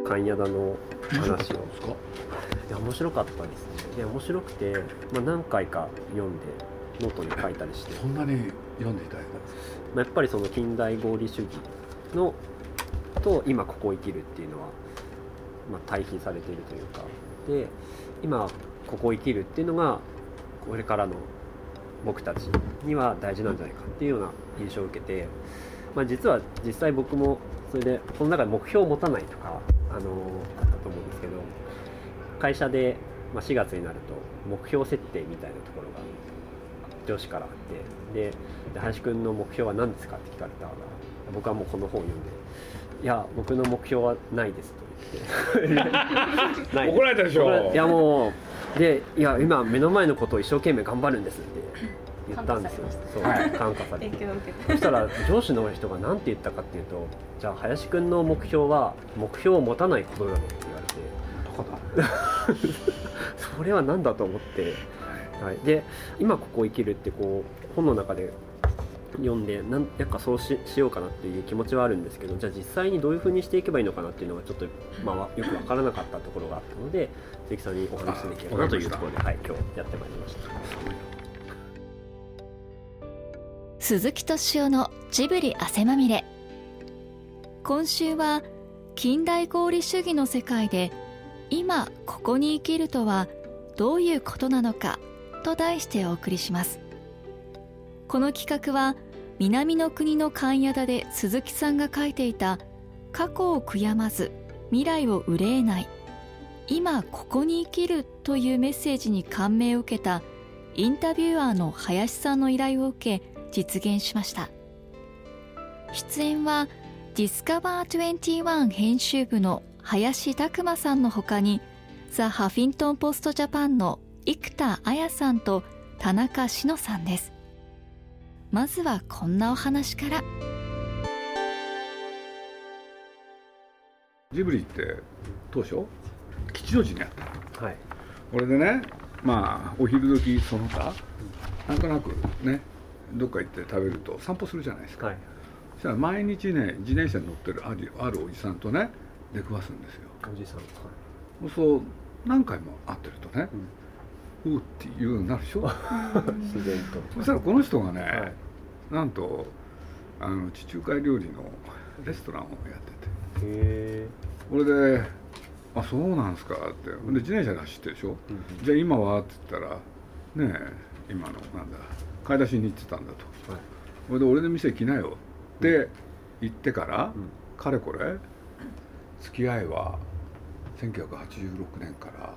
関宿の話を。いや面白かったですね。で面白くて、何回か読んでノートに書いたりして。 そんなに読んでいただいたんですか？ やっぱりその近代合理主義のと今ここを生きるっていうのは、対比されているというか、で今ここを生きるっていうのがこれからの僕たちには大事なんじゃないかっていうような印象を受けて、実は実際僕もそれでこの中で目標を持たないとかあったと思うんですけど、会社で4月になると目標設定みたいなところが上司からあって、で林くんの目標は何ですかって聞かれたら、僕はもうこの本を読んで、いや僕の目標はないですと言って怒られたでしょ。 いやもうで、いや今目の前のことを一生懸命頑張るんですって言ったんですよ。そう感化されて、そしたら上司の人が何て言ったかっていうと、じゃあ林くんの目標は目標を持たないことだねって言われてそれは何だと思って、で今ここを生きるってこう本の中で読んでやっぱそう しようかなっていう気持ちはあるんですけど、じゃあ実際にどういう風にしていけばいいのかなっていうのがちょっと、よく分からなかったところがあったので、鈴木さんにお話しできればなというところで、今日やってまいりました。 鈴木敏夫のジブリ汗まみれ。今週は近代合理主義の世界で今ここに生きるとはどういうことなのかと題してお送りします。この企画は南の国の関宿で鈴木さんが書いていた過去を悔やまず未来を憂えない今ここに生きるというメッセージに感銘を受けたインタビュアーの林さんの依頼を受け実現しました。出演はディスカバー21編集部の林拓馬さんの他にザ・ハフィントン・ポスト・ジャパンの生田彩さんと田中志乃さんです。まずはこんなお話から。 ジブリって当初吉祥寺にあった、これでね、お昼時その他なんとなくねどっか行って食べると散歩するじゃないですか、そしたら毎日ね自転車に乗ってるあるおじさんとね出くわすんですよ。 おじさん、 そう何回も会ってるとね、うっていうようになるでしょ自然と。 そしたらこの人がね、なんと地中海料理のレストランをやってて、これで「あそうなんですか」ってで自転車で走ってるでしょ、じゃあ今はって言ったらねえ今のなんだ買い出しに行ってたんだと、これで俺の店来なよって言ってから、かれこれ付き合いは1986年から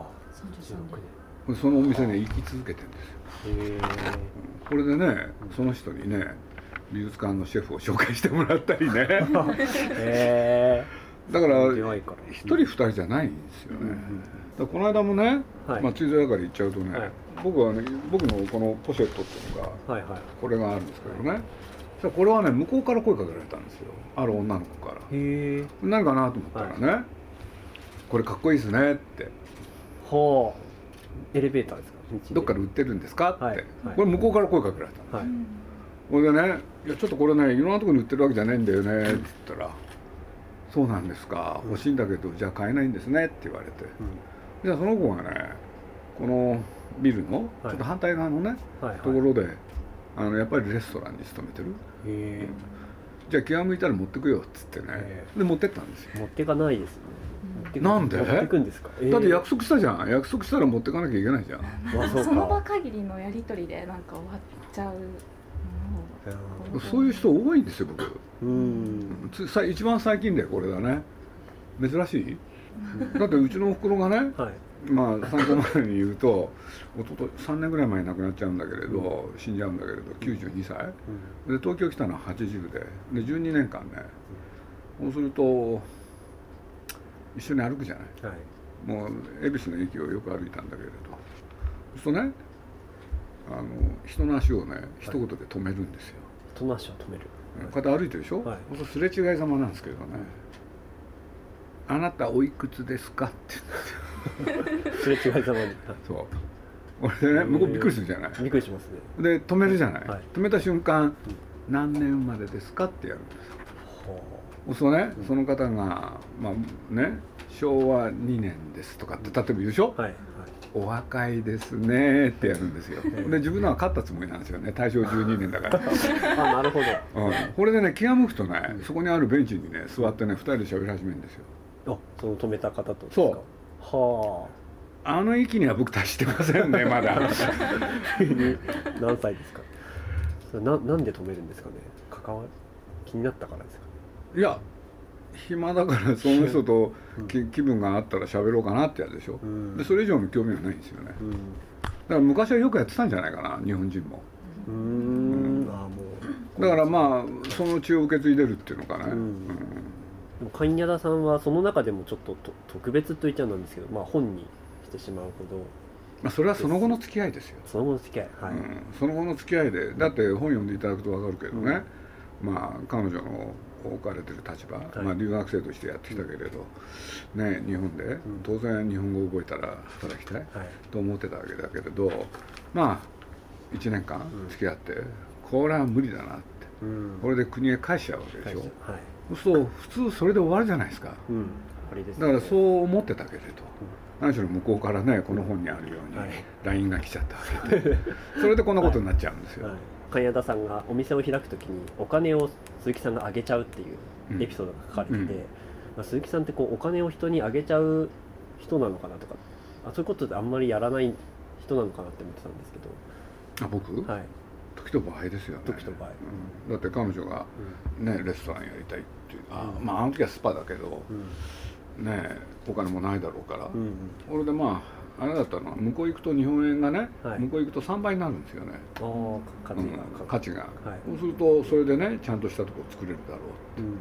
そのお店に行き続けてるんですよ。これでねその人にね美術館のシェフを紹介してもらったりねだから一人二人じゃないんですよね。だこの間もね、ついでだから言っちゃうとね、僕のこのポシェットっていうのが、これがあるんですけどね、これはね向こうから声かけられたんですよ、ある女の子から。何かなと思ったらね、これかっこいいですねって。 エレベーターですか？ どっかで売ってるんですかって、これ向こうから声かけられたんですよ。これでね、いやちょっとこれねいろんなところに売ってるわけじゃないんだよねって言ったら、そうなんですか、欲しいんだけどじゃあ買えないんですねって言われて、じゃあその子がねこのビルのちょっと反対側のねところでやっぱりレストランに勤めてる。じゃあ気が向いたら持ってくよっつってね、で持ってったんですよ。 持ってかないですね。 なんで？ 持ってくんですか？ だって約束したじゃん。約束したら持ってかなきゃいけないじゃん。 その場限りのやり取りでなんか終わっちゃう。 そういう人多いんですよ僕。一番最近でこれだね。珍しい？だってうちのおふくろがね、参考までに言うと3年ぐらい前に亡くなっちゃうんだけれど、死んじゃうんだけれど92歳、で東京来たのは80で12年間ね、そうすると一緒に歩くじゃない、もう恵比寿の駅をよく歩いたんだけれど、そうするとね人の足をね一言で止めるんですよ。 人の足を止める。 こうやって歩いてるでしょ、そうするとすれ違いざまなんですけどね、あなたおいくつですかって言うんですよ。すれ違いざまに。 そう。俺でね、向こうびっくりするじゃない。 びっくりしますね。 で止めるじゃない。止めた瞬間、何年生まれですかってやるんですよ。 そうね、その方がまあね昭和2年ですとかって例えば言うでしょ、はいはい、お若いですねってやるんですよ。で自分のは勝ったつもりなんですよね、大正12年だからあ、なるほど、 これでね気が向くとね、そこにあるベンチにね座ってね2人で喋り始めるんですよ。 あ、その止めた方とですか。 そう、はあ、あの域には僕達してませんねまだ何歳ですか。なんで止めるんですかね。気になったからですかね。 いや暇だからその人と気分があったら喋ろうかなってやるでしょ、でそれ以上の興味はないんですよね、だから昔はよくやってたんじゃないかな日本人も。だからまあその血を受け継いでるっていうのかね。 神谷田さんはその中でもちょっと特別と言っちゃなんですけど、まあ、本にしてしまうほど、 まあ、それはその後の付き合いですよ。 その後の付き合い、はい、 その後の付き合いで、だって本読んでいただくと分かるけどね、まあ彼女の置かれてる立場、まあ、留学生としてやってきたけれど、ね、日本で当然日本語を覚えたら働きたいと思ってたわけだけれど、まあ1年間付き合って、これは無理だなって、これで国へ返しちゃうわけでしょ。そう普通それで終わるじゃないですか、だからそう思ってたけれど、何しろ向こうからねこの本にあるように LINE が来ちゃったわけで、それでこんなことになっちゃうんですよ。 神谷田さんがお店を開くときにお金を鈴木さんがあげちゃうっていうエピソードが書かれてて、まあ、鈴木さんってこうお金を人にあげちゃう人なのかなとか、そういうことってあんまりやらない人なのかなって思ってたんですけど。 僕、はい、時と場合ですよね。 時と場合、 だって彼女が、ねレストランやりたいっていう、まああの時はスパだけど、ねお金もないだろうから、俺でまああれだったのは向こう行くと日本円がね、向こう行くと3倍になるんですよね、価値が、そうするとそれでねちゃんとしたところ作れるだろうって、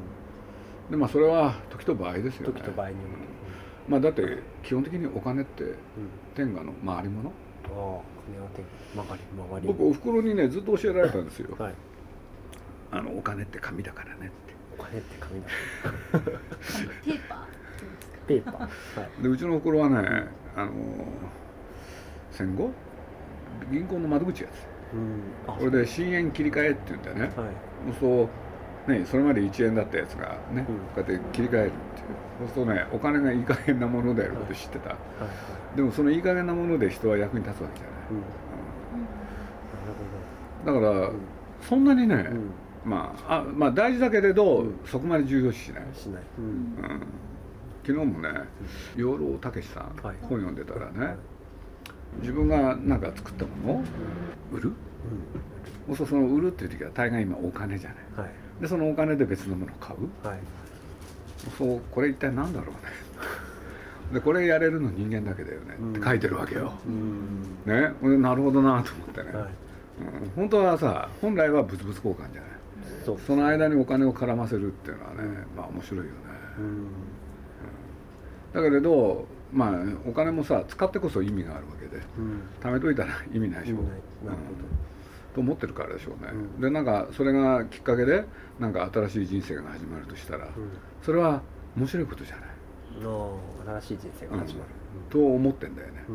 でまあそれは時と場合ですよね。 時と場合にまあだって基本的にお金って天下の回り物。僕おふくろにねずっと教えられたんですよ、お金って紙だからねって。 お金って紙だからペーパー、 でうちのおふくろはね戦後銀行の窓口やつ、これで新円切り替えって言ってね、そうね、それまで1円だったやつがね、こうやって切り替えるっていう、そうするとねお金がいい加減なものであること知ってた、でもそのいい加減なもので人は役に立つわけじゃない、だからそんなにね、まあ大事だけれど、そこまで重要視しない、昨日もね養老孟司さん、本読んでたらね、自分がなんか作ったものを売る、その売るっていう時は大概今お金じゃない、でそのお金で別のものを買う、そうこれ一体何だろうねでこれやれるの人間だけだよねって書いてるわけよ、ね、なるほどなと思ってね、本当はさ本来は物々交換じゃない、その間にお金を絡ませるっていうのはね、まあ面白いよね、だけれどまあお金もさ使ってこそ意味があるわけで、貯めといたら意味ないでしょ、と思ってるからでしょうね、でなんかそれがきっかけでなんか新しい人生が始まるとしたら、それは面白いことじゃない、 新しい人生が始まる、 と思ってんだよね、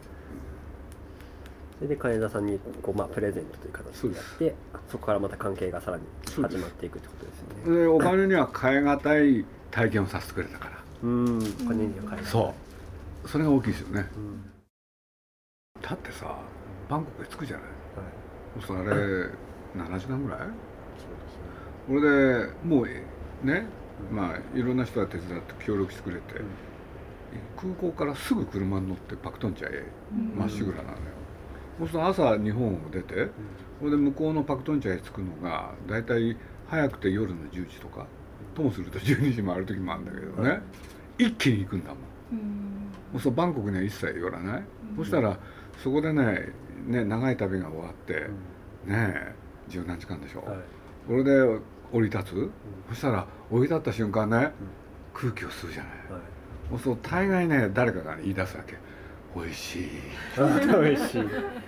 それで金田さんにこう、まあ、プレゼントという形でやって、そこからまた関係がさらに始まっていくってことですよね。 でお金には代え難い体験をさせてくれたから、 お金には代え難い、 それが大きいですよね、だってさバンコクへ着くじゃない、そうあれ7時間ぐらい、これでもうね、まあいろんな人が手伝って協力してくれて、空港からすぐ車に乗ってパクトンチャへまっしぐらなのよ、そうすると朝日本を出て、それで向こうのパクトンチャへ着くのがだいたい早くて夜の10時とか、ともすると12時もある時もあるんだけどね、一気に行くんだもん、そうバンコクには一切寄らない、そしたらそこでね長い旅が終わって、十何時間でしょ、これで降り立つ、そしたら降り立った瞬間ね、空気を吸うじゃない、そう大概ね誰かが言い出すわけ、おいしいおいしい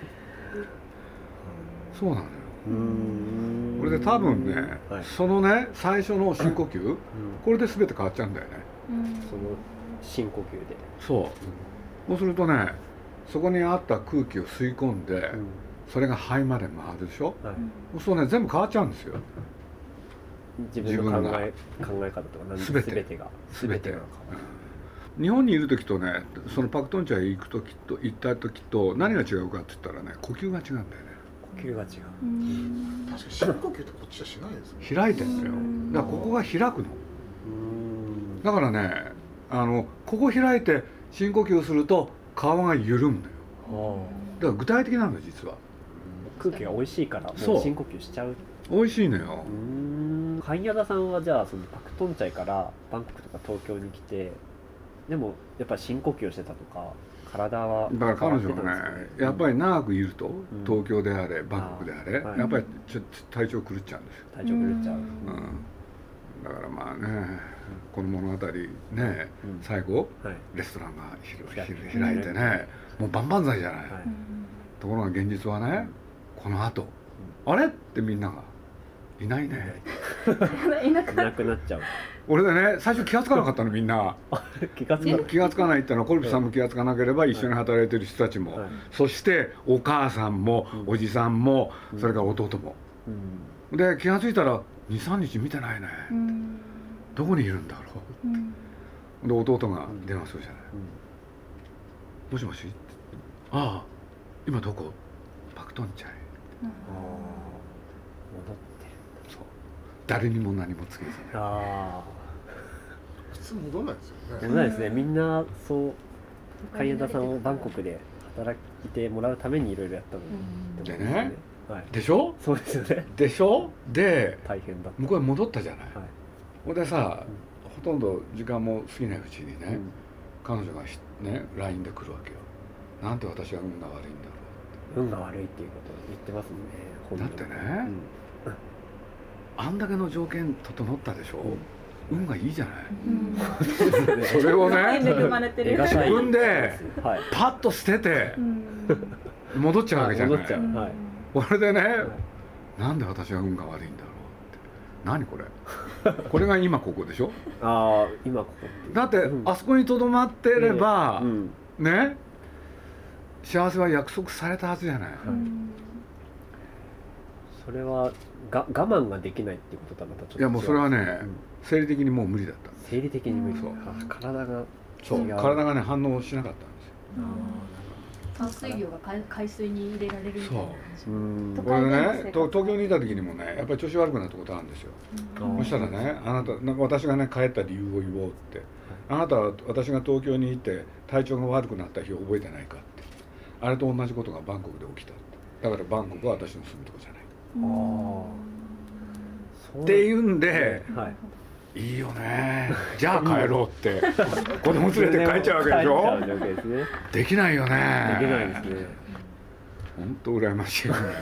そうなのよ、これで多分ね、そのね最初の深呼吸、これで全て変わっちゃうんだよね、 その深呼吸で、 そうするとねそこにあった空気を吸い込んで、それが肺まで回るでしょ、そうね全部変わっちゃうんですよ、 自分の考え方とか全てがなのか、 日本にいる時とね、そのパクトンチャへ行った時と何が違うかって言ったらね、呼吸が違うんだよね。 呼吸が違う。 確かに深呼吸ってこっちはしないですね。 開いてるんだよ。だからここが開くの。だからね、ここ開いて深呼吸すると皮が緩むんだよ。だから具体的なんだ実は。 空気が美味しいからもう深呼吸しちゃう。 美味しいのよ。 神谷田さんはじゃあそのパクトンチャイからバンコクとか東京に来て、でもやっぱり深呼吸をしてたとか体はだから彼女はね、やっぱり長くいると、東京であれバンコクであれ、やっぱりちょっと体調狂っちゃうんですよ。 体調狂っちゃう。 だからまあね、この物語ね、最後レストランが開いてね、もう万々歳じゃない。ところが現実はね、この後あれってみんながいないね。 いなくなっちゃう。 俺でね、最初気がつかなかったのみんな。気がつかないってのはコルピさんも気がつかなければ一緒に働いてる人たちも、そしてお母さんもおじさんもそれから弟も。で気がついたら 2,3 日見てないね。どこにいるんだろう。で弟が電話するじゃない。もしもし。ああ今どこ？パクトンチャイ。 戻ってる。 そう。誰にも何も告げずね。 普通戻らないですよね。 戻らないですね。みんなそう神谷田さんをバンコクで働いてもらうためにいろいろやったのに。 でね。でしょ？ そうですよね。 でしょ？で大変だ。 向こうへ戻ったじゃない。ほんでさ、ほとんど時間も過ぎないうちにね、彼女がね LINE で来るわけよ。なんて私は運が悪いんだろう。運が悪いっていうことを言ってますもんね。 だってね、あんだけの条件整ったでしょ。運がいいじゃない。それをね自分でパッと捨てて戻っちゃうわけじゃない。これでね、なんで私は運が悪いんだろうって。何これ。これが今ここでしょ。 ああ今ここ。 だってあそこにとどまってればね、幸せは約束されたはずじゃない。 それは我慢ができないっていうこととはまたちょっと違う。 いやもうそれはね、生理的にもう無理だった。 生理的に無理。体が体がね反応しなかったんですよ。 淡水魚が海水に入れられるみたいな。 そう。これね、東京にいた時にもね、やっぱり調子悪くなったことあるんですよ。そしたらね、あなた私がね帰った理由を言おうって、あなたは私が東京に行って体調が悪くなった日を覚えてないかって、あれと同じことがバンコクで起きた。だからバンコクは私の住むとこじゃない。っていうんで。いいよね。じゃあ帰ろうって子供連れて帰っちゃうわけでしょ。できないよね。 できないですね。 本当羨ましいよね。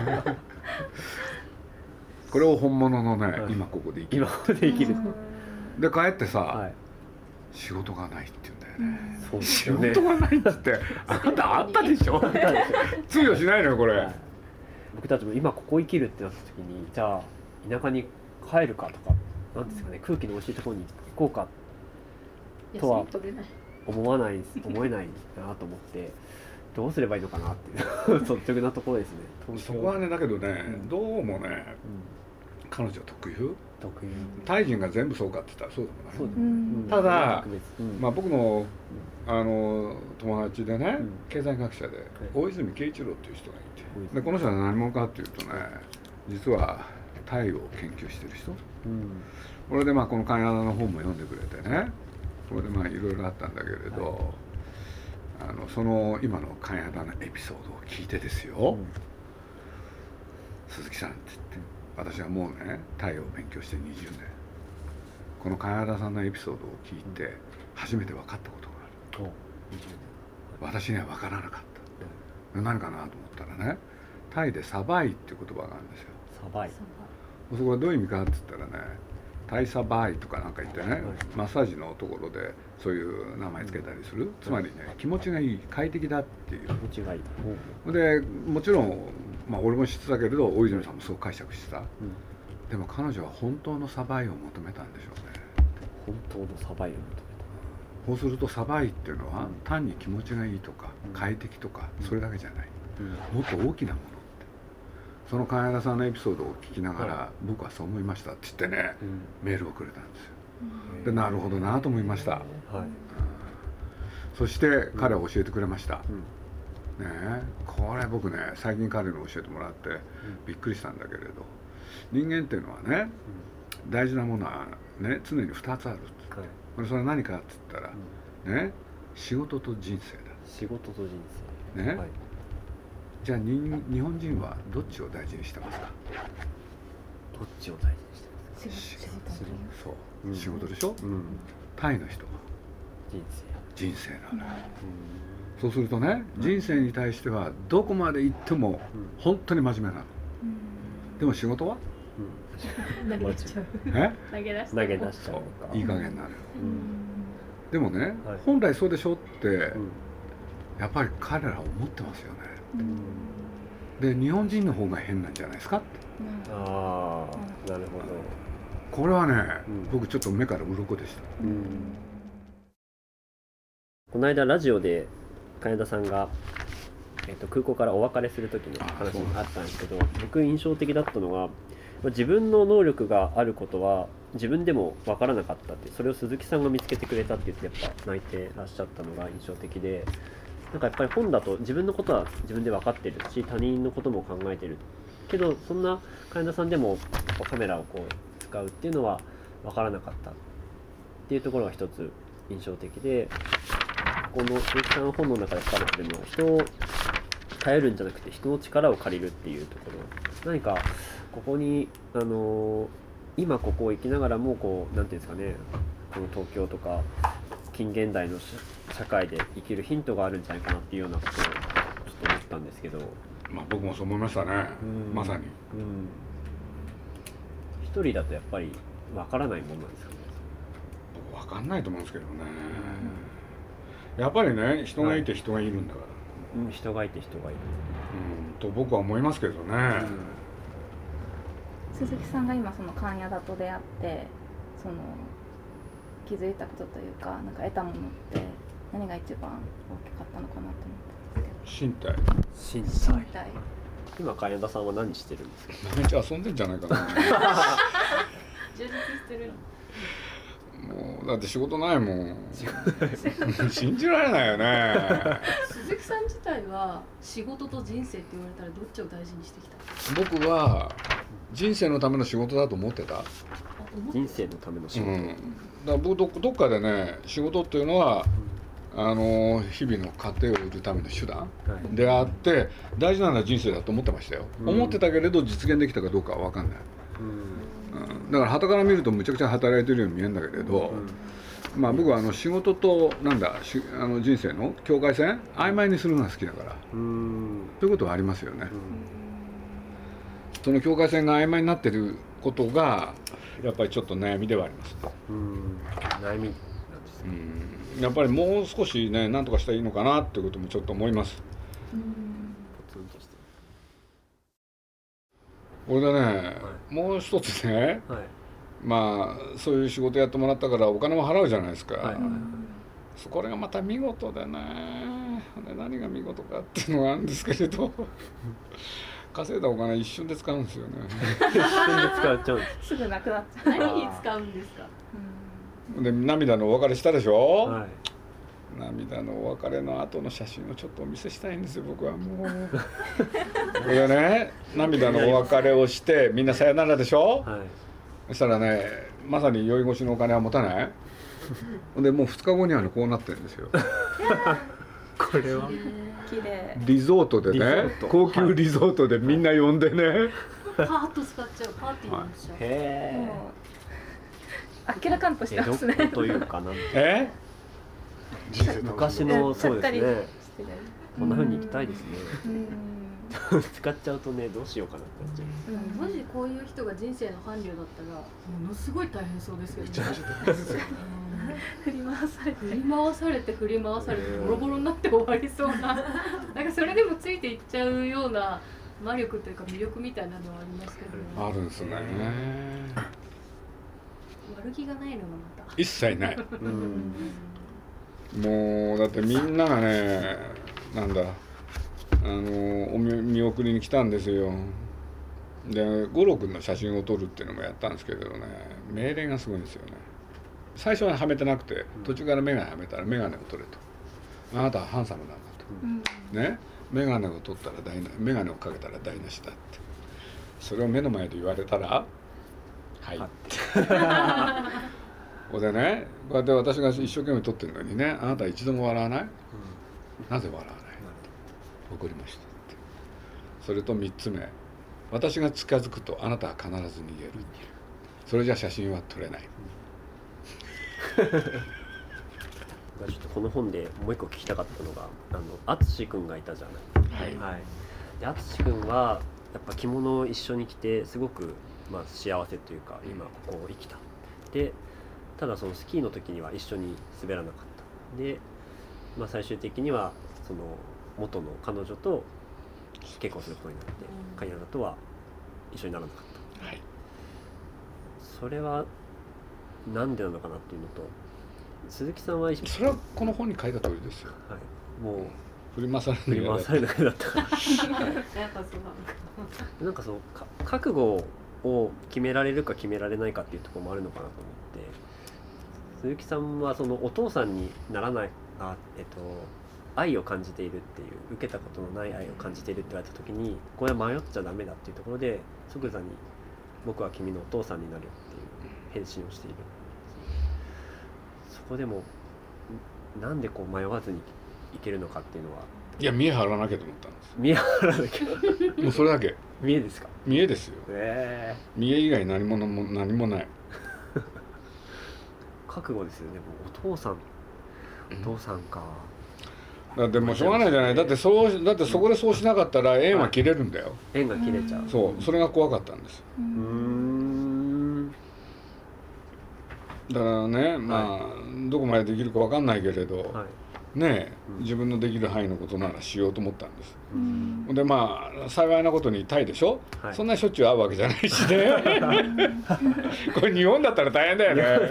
これを本物のね、今ここで生きる。 今ここで生きる。 で帰ってさ、仕事がないって言うんだよね。仕事がないってってあなたあったでしょ。通用しないのよこれ。 僕たちも今ここ生きるってなった時に、じゃあ田舎に帰るかとか。なんですかね、空気の美味しいところに行こうかとは思えないなと思って、どうすればいいのかなっていう率直なところですね。 そこはね、だけどね、どうもね、彼女特有タイ人が全部そうかって言ったらそうでもない。ただ、まあ僕の友達でね、経済学者で大泉慶一郎っていう人がいて、でこの人は何者かっていうとね、実はタイを研究してる人。これでまあこの神谷田の本も読んでくれてね、これでまあいろいろあったんだけれど、その今の神谷田のエピソードを聞いてですよ、鈴木さんって言って、私はもうねタイを勉強して20年、この神谷田さんのエピソードを聞いて初めて分かったことがある。私には分からなかった。何かなと思ったらね、タイでサバイっていう言葉があるんですよ。 サバイ。 そこはどういう意味かって言ったらね、タイサバイとかなんか言ってね、マッサージのところでそういう名前つけたりする、つまりね気持ちがいい、快適だっていう。気持ちがいい。でもちろん、まあ、俺も知ってたけれど大泉さんもそう解釈してた、でも彼女は本当のサバイを求めたんでしょうね。 本当のサバイを求めた。 そうするとサバイっていうのは、単に気持ちがいいとか、快適とか、それだけじゃない、もっと大きなものって、 その金田さんのエピソードを聞きながら、はい、僕はそう思いましたって言ってね、メールをくれたんですよ。でなるほどなと思いました、はい、そして彼は教えてくれました、ね、これ僕ね最近彼に教えてもらってびっくりしたんだけれど、人間っていうのはね、大事なものはね常に2つある、はい、それは何かって言ったら、ね、仕事と人生だ。 仕事と人生ね、はい、じゃあ日本人はどっちを大事にしてますか？ どっちを大事にしてますか？ そう、仕事でしょ、タイの人は人生なのよ、そうするとね、人生に対してはどこまで行っても本当に真面目なの、でも仕事は投げ出しちゃう。投げ出しちゃう。 いい加減なのよ、でもね、本来そうでしょってやっぱり彼らは思ってますよね、で日本人の方が変なんじゃないですかって。 ああ、なるほど。 これはね、僕ちょっと目から鱗でした。 この間ラジオで金田さんが、空港からお別れする時の話があったんですけど、僕印象的だったのが、自分の能力があることは自分でも分からなかったって、それを鈴木さんが見つけてくれたって言ってやっぱ泣いてらっしゃったのが印象的で、なんかやっぱり本だと自分のことは自分で分かってるし、他人のことも考えてるけど、そんな金田さんでもカメラをこう使うっていうのは分からなかったっていうところが一つ印象的で、この鈴木さんの本の中で書かれてるのは、人を頼るんじゃなくて人の力を借りるっていうところ、何かここに今ここを生きながらもこうなんていうんですかね、この東京とか近現代の社会で生きるヒントがあるんじゃないかなっていうようなことをちょっと思ったんですけど、 まあ僕もそう思いましたね、まさに、 一人だとやっぱりわからないもんなんですかね。 わかんないと思うんですけどね、やっぱりね、人がいて人がいるんだから、 人がいて人がいる、 と僕は思いますけどね、 鈴木さんが今その関谷田と出会ってその気づいたことというか、なんか得たものって何が一番大きかったのかなと思ったんですけど。 身体。今金田さんは何してるんですか？ めっちゃ遊んでんじゃないかな。 充実してる。 もうだって仕事ないもん。信じられないよね。 鈴木さん自体は仕事と人生って言われたらどっちを大事にしてきた？ 僕は人生のための仕事だと思ってた。 人生のための仕事。 だから僕どっかでね、仕事っていうのは、日々の糧を得るための手段であって、大事なのは人生だと思ってましたよ、思ってたけれど実現できたかどうかは分かんない、だから傍から見るとむちゃくちゃ働いてるように見えるんだけれど、まあ僕は仕事と人生の境界線曖昧にするのが好きだから、ということはありますよね、その境界線が曖昧になってることがやっぱりちょっと悩みではありますね。 悩みやっぱりもう少しね、何とかしたらいいのかなっていうこともちょっと思います。これでね、もう一つね、まあそういう仕事やってもらったからお金も払うじゃないですか、これがまた見事でね、何が見事かっていうのがあるんですけれど稼いだお金一瞬で使うんですよね。 一瞬で使っちゃうんです。 すぐなくなっちゃう。 何に使うんですか？ で涙のお別れしたでしょ、涙のお別れの後の写真をちょっとお見せしたいんですよ、僕はもう。これね、涙のお別れをしてみんなさよならでしょ、そしたらね、まさに酔い越しのお金は持たない。でもう2日後にはね、こうなってるんですよ。 これは綺麗。 リゾートでね、高級リゾートでみんな呼んでね、 パーッと使っちゃう、パーティーにしちゃう。 へー、明らかんとしてますね。 というかなん昔のそうですね。こんな風に行きたいですね。使っちゃうとね、どうしようかなってなっちゃう。 もしこういう人が人生の伴侶だったらものすごい大変そうですけどね。 振り回されて振り回されてボロボロになって終わりそうな。なんかそれでもついていっちゃうような魔力というか魅力みたいなのはありますけど、 あるんですね。 悪気がないのがまた一切ない。もうだってみんながね、なんだ、見送りに来たんですよ。 で五郎君の写真を撮るっていうのもやったんですけどね、命令がすごいんですよね。最初ははめてなくて、途中から眼鏡はめたら眼鏡を取れと、あなたはハンサムなんだと、ね、眼鏡を取ったら眼鏡をかけたら台無しだって、それを目の前で言われたらはいこれでね、こうやって私が一生懸命撮ってるのにね、あなたは一度も笑わない、なぜ笑わない怒りましたって。それと3つ目、私が近づくとあなたは必ず逃げる、それじゃ写真は撮れない。 ちょっとこの本でもう一個聞きたかったのが、淳君がいたじゃない。はい。で淳君はやっぱ着物を一緒に着てすごく幸せというか、今ここを生きた。でただそのスキーの時には一緒に滑らなかった。で、最終的にはその元の彼女と結婚することになって、カイナダとは一緒にならなかった。はい。それはなんでなのかなっていうのと、鈴木さんはそれはこの本に書いた通りですよ。 はい。もう振り回されなくなったやっぱそうなんかその覚悟を決められるか決められないかっていうところもあるのかなと思って、鈴木さんはそのお父さんにならない愛を感じているっていう、受けたことのない愛を感じているって言われた時に、これは迷っちゃダメだっていうところで即座に僕は君のお父さんになるっていう返信をしている。そこでもなんでこう迷わずにいけるのかっていうのは、 いや見え張らなきゃと思ったんです。 見え張らなきゃもうそれだけ。 見えですか？ 見えですよ。見え以外何もない。 覚悟ですよね。もうお父さんか。 だってもうしょうがないじゃない。だってそこでそうしなかったら縁は切れるんだよ。 縁が切れちゃう。 そう、それが怖かったんです。だからね、どこまでできるか分かんないけれど、ねえ、自分のできる範囲のことならしようと思ったんです。で幸いなことにタイでしょ、そんなにしょっちゅう会うわけじゃないしねこれ日本だったら大変だよね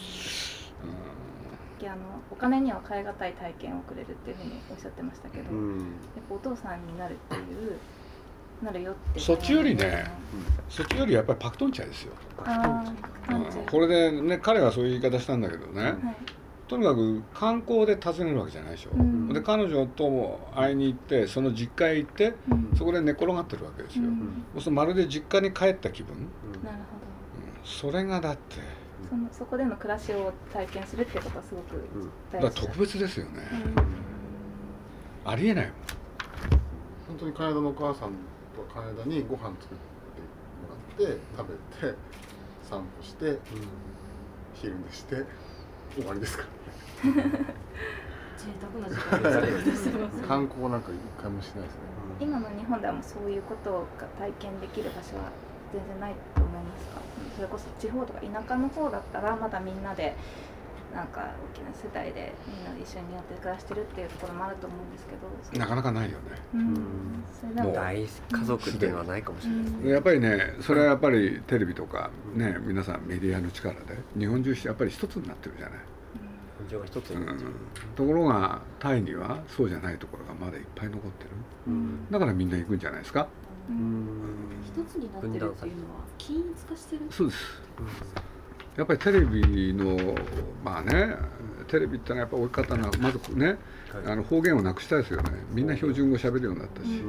お金には代え難い体験をくれるっていうふうにおっしゃってましたけど、やっぱお父さんになるっていうなるよって、 そっちよりやっぱりパクトンチャイですよ。これでね、彼はそういう言い方したんだけどね、とにかく観光で訪ねるわけじゃないでしょ、で彼女とも会いに行って、その実家へ行って、そこで寝転がってるわけですよ、そうするとまるで実家に帰った気分、 なるほど、 それがだってそこでの暮らしを体験するってことはすごく大事だから特別ですよね、ありえないもん。 本当に金田のお母さんと金田にご飯作ってもらって食べて散歩して、昼寝して終わりですから贅沢な時間です観光なんか一回もしないですね。 今の日本ではもうそういうことが体験できる場所は全然ないと思いますか？それこそ地方とか田舎の方だったらまだみんなでなんか大きな世帯でみんなで一緒にやって暮らしてるっていうところもあると思うんですけど、 なかなかないよね。 それでも大家族っていうのはないかもしれないですね。 やっぱりね、それはやっぱりテレビとかね、皆さんメディアの力で日本中やっぱり一つになってるじゃない。 日本中が一つになってる。 ところがタイにはそうじゃないところがまだいっぱい残ってる。だからみんな行くんじゃないですか。 一つになってるっていうのは均一化してる。 そうです。やっぱりテレビのテレビってのはやっぱ大きかったのはまずね、方言をなくしたいですよね。みんな標準語喋るようになったし、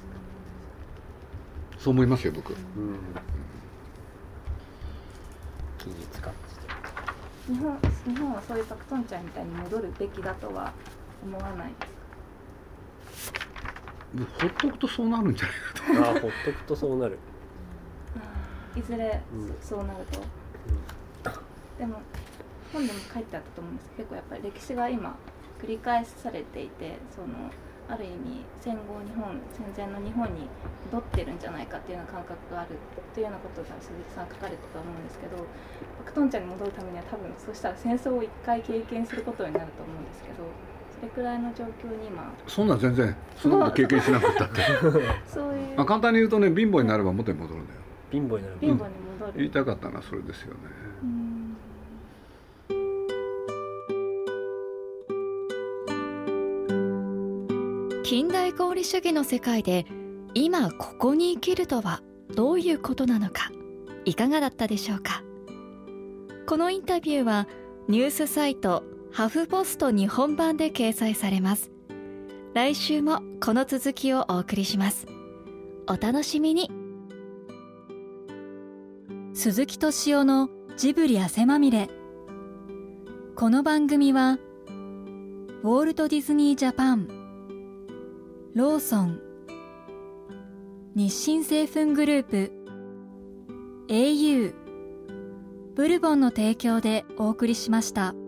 そう思いますよ僕。 均一化。 日本はそういうパクトンチャイみたいに戻るべきだとは思わないですか？ ほっとくとそうなるんじゃないかと。 ほっとくとそうなる。 いずれそうなると。でも本でも書いてあったと思うんですけど、結構やっぱり歴史が今繰り返されていて、ある意味戦前の日本に戻ってるんじゃないかっていうような感覚があるっていうようなことが鈴木さん書かれてたと思うんですけど、パクトンチャに戻るためには多分そうしたら戦争を一回経験することになると思うんですけど、それくらいの状況に今そんな全然そんなこと経験しなかったってそういう、 簡単に言うとね、貧乏になれば元に戻るんだよ。 貧乏になる。 貧乏に戻る。 言いたかったのはそれですよね。 近代合理主義の世界で今ここに生きるとはどういうことなのか、いかがだったでしょうか。このインタビューはニュースサイトハフポスト日本版で掲載されます。来週もこの続きをお送りします。お楽しみに。鈴木敏夫のジブリ汗まみれ。この番組はウォルト・ディズニー・ジャパン、ローソン、日清製粉グループ、au、ブルボンの提供でお送りしました。